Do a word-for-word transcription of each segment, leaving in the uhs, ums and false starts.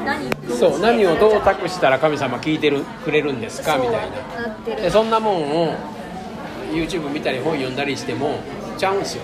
何そう何をどう託したら神様聞いてるくれるんですかみたいなでそんなもんを YouTube 見たり本読んだりしてもちゃうんですよ、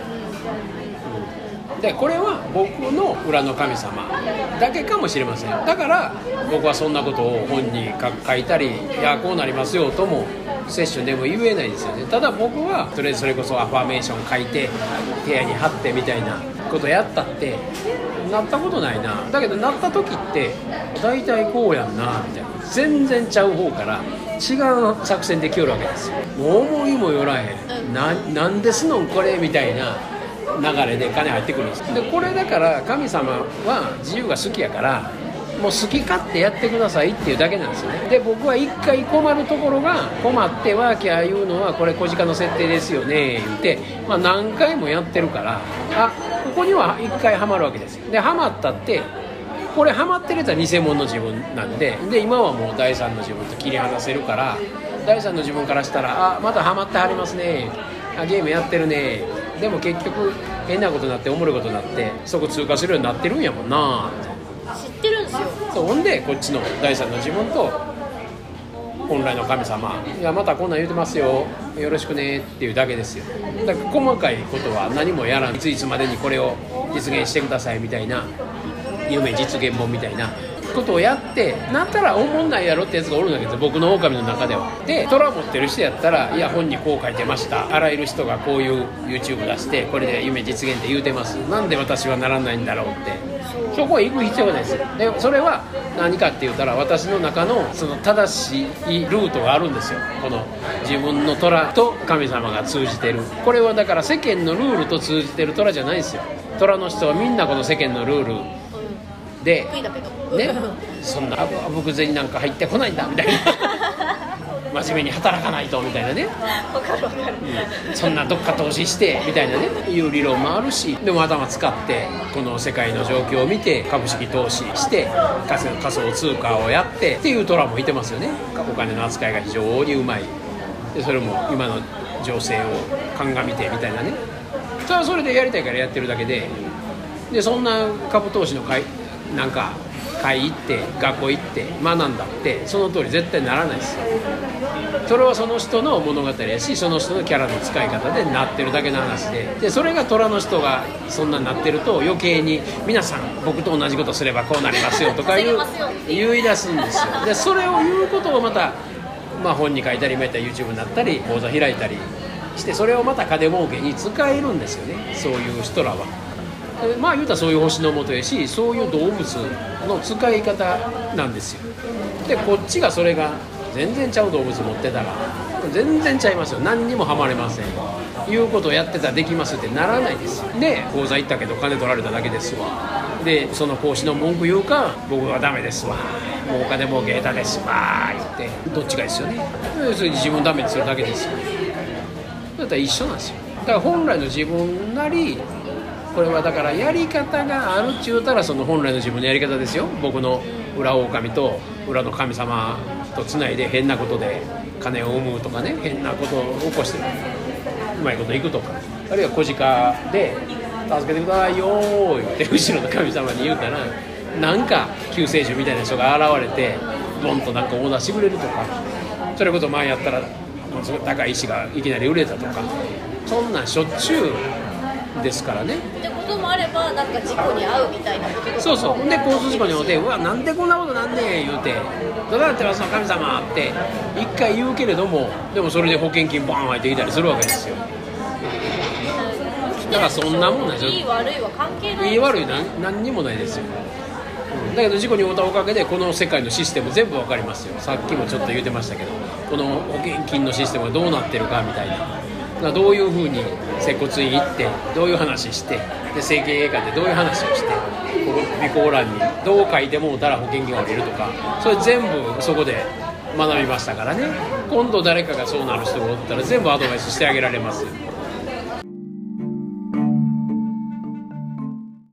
うん、でこれは僕の裏の神様だけかもしれません。だから僕はそんなことを本に書いたりいやこうなりますよともセッションでも言えないですよね。ただ僕はとりあえずそれこそアファーメーション書いて部屋に貼ってみたいなことやったってなったことないな。だけどなった時って大体こうやんなみたいな全然ちゃう方から違う作戦できよるわけですよ。もう思いもよらへん な, なんですのんこれみたいな流れで金入ってくるんです。でこれだから神様は自由が好きやからもう好き勝手やってくださいっていうだけなんですよね。で僕は一回困るところが困ってワーキャー言うのはこれ小鹿の設定ですよね言って、まあ、何回もやってるからあここには一回ハマるわけですよ。でハマったってこれハマってるやつは偽物の自分なんで、で今はもう第三の自分と切り離せるから第三の自分からしたらあまたハマってはりますねあゲームやってるねでも結局変なことになっておもろいことになってそこ通過するようになってるんやもんな知ってるんですよ。 そうほんでこっちの第三の自分と本来の神様いやまたこんなん言うてますよよろしくねっていうだけですよ。だから細かいことは何もやらんいついつまでにこれを実現してくださいみたいな夢実現本みたいなことをやってなったらおもんないやろってやつがおるんだけど僕の狼の中ではで虎持ってる人やったらいや本にこう書いてましたあらゆる人がこういう YouTube 出してこれで夢実現って言うてますなんで私はならないんだろうってそこへ行く必要がないですよ。でそれは何かって言ったら私の中のその正しいルートがあるんですよ。この自分の虎と神様が通じてるこれはだから世間のルールと通じてる虎じゃないですよ。虎の人はみんなこの世間のルールで、ね、そんなあぶく銭なんか入ってこないんだみたいな真面目に働かないとみたいなねわかるわかる、 うん、そんなどっか投資してみたいなねいう理論もあるしでも頭使ってこの世界の状況を見て株式投資して仮想通貨をやってっていう虎もいてますよね。お金の扱いが非常にうまいでそれも今の情勢を鑑みてみたいなねそれはそれでやりたいからやってるだけででそんな株投資の会なんか会行って学校行って学んだってその通り絶対ならないですよ。それはその人の物語やしその人のキャラの使い方でなってるだけの話で、でそれが虎の人がそんなになってると余計に皆さん僕と同じことすればこうなりますよとか言う言い出すんですよ。でそれを言うことをまた、まあ、本に書いたりまた YouTube になったり講座開いたりしてそれをまた金儲けに使えるんですよね。そういう人らはまあ言うたらそういう星の下やしそういう動物の使い方なんですよ。でこっちがそれが全然ちゃう動物持ってたら全然ちゃいますよ。何にもハマれませんいうことをやってたらできますってならないですよ。で講座行ったけど金取られただけですわでその講師の文句言うか僕はダメですわもうお金儲け下手ですわ言ってどっちがですよね。要するに自分ダメにするだけですよ。だったら一緒なんですよ。だから本来の自分なりこれはだからやり方があるっちゅうたらその本来の自分のやり方ですよ。僕の裏狼と裏の神様とつないで変なことで金を生むとかね変なことを起こしてうまいこといくとかあるいは小鹿で助けてくださいよー言って後ろの神様に言うたらなんか救世主みたいな人が現れてボンとなんかオーダーしてくれるとかそれこそ前やったら高い石がいきなり売れたとかそんなんしょっちゅうですからね。 ってこともあればなんか事故に遭うみたいなこととかもそうそうで交通事故に遭うてうわなんでこんなことなんねん言うてどうなってますの神様って一回言うけれどもでもそれで保険金バーン入ってきたりするわけですよ。だからそんなもんなんですよ。 いい悪いは関係ない。 いい悪いなん何にもないですよ。だけど事故に遭ったおかげでこの世界のシステム全部わかりますよ。さっきもちょっと言ってましたけどこの保険金のシステムがどうなってるかみたいなどういう風に接骨院行ってどういう話してで整形外科でどういう話をしてここ備考欄にどう書いてもうたら保険金が下りるとかそれ全部そこで学びましたからね。今度誰かがそうなる人がおったら全部アドバイスしてあげられますよ。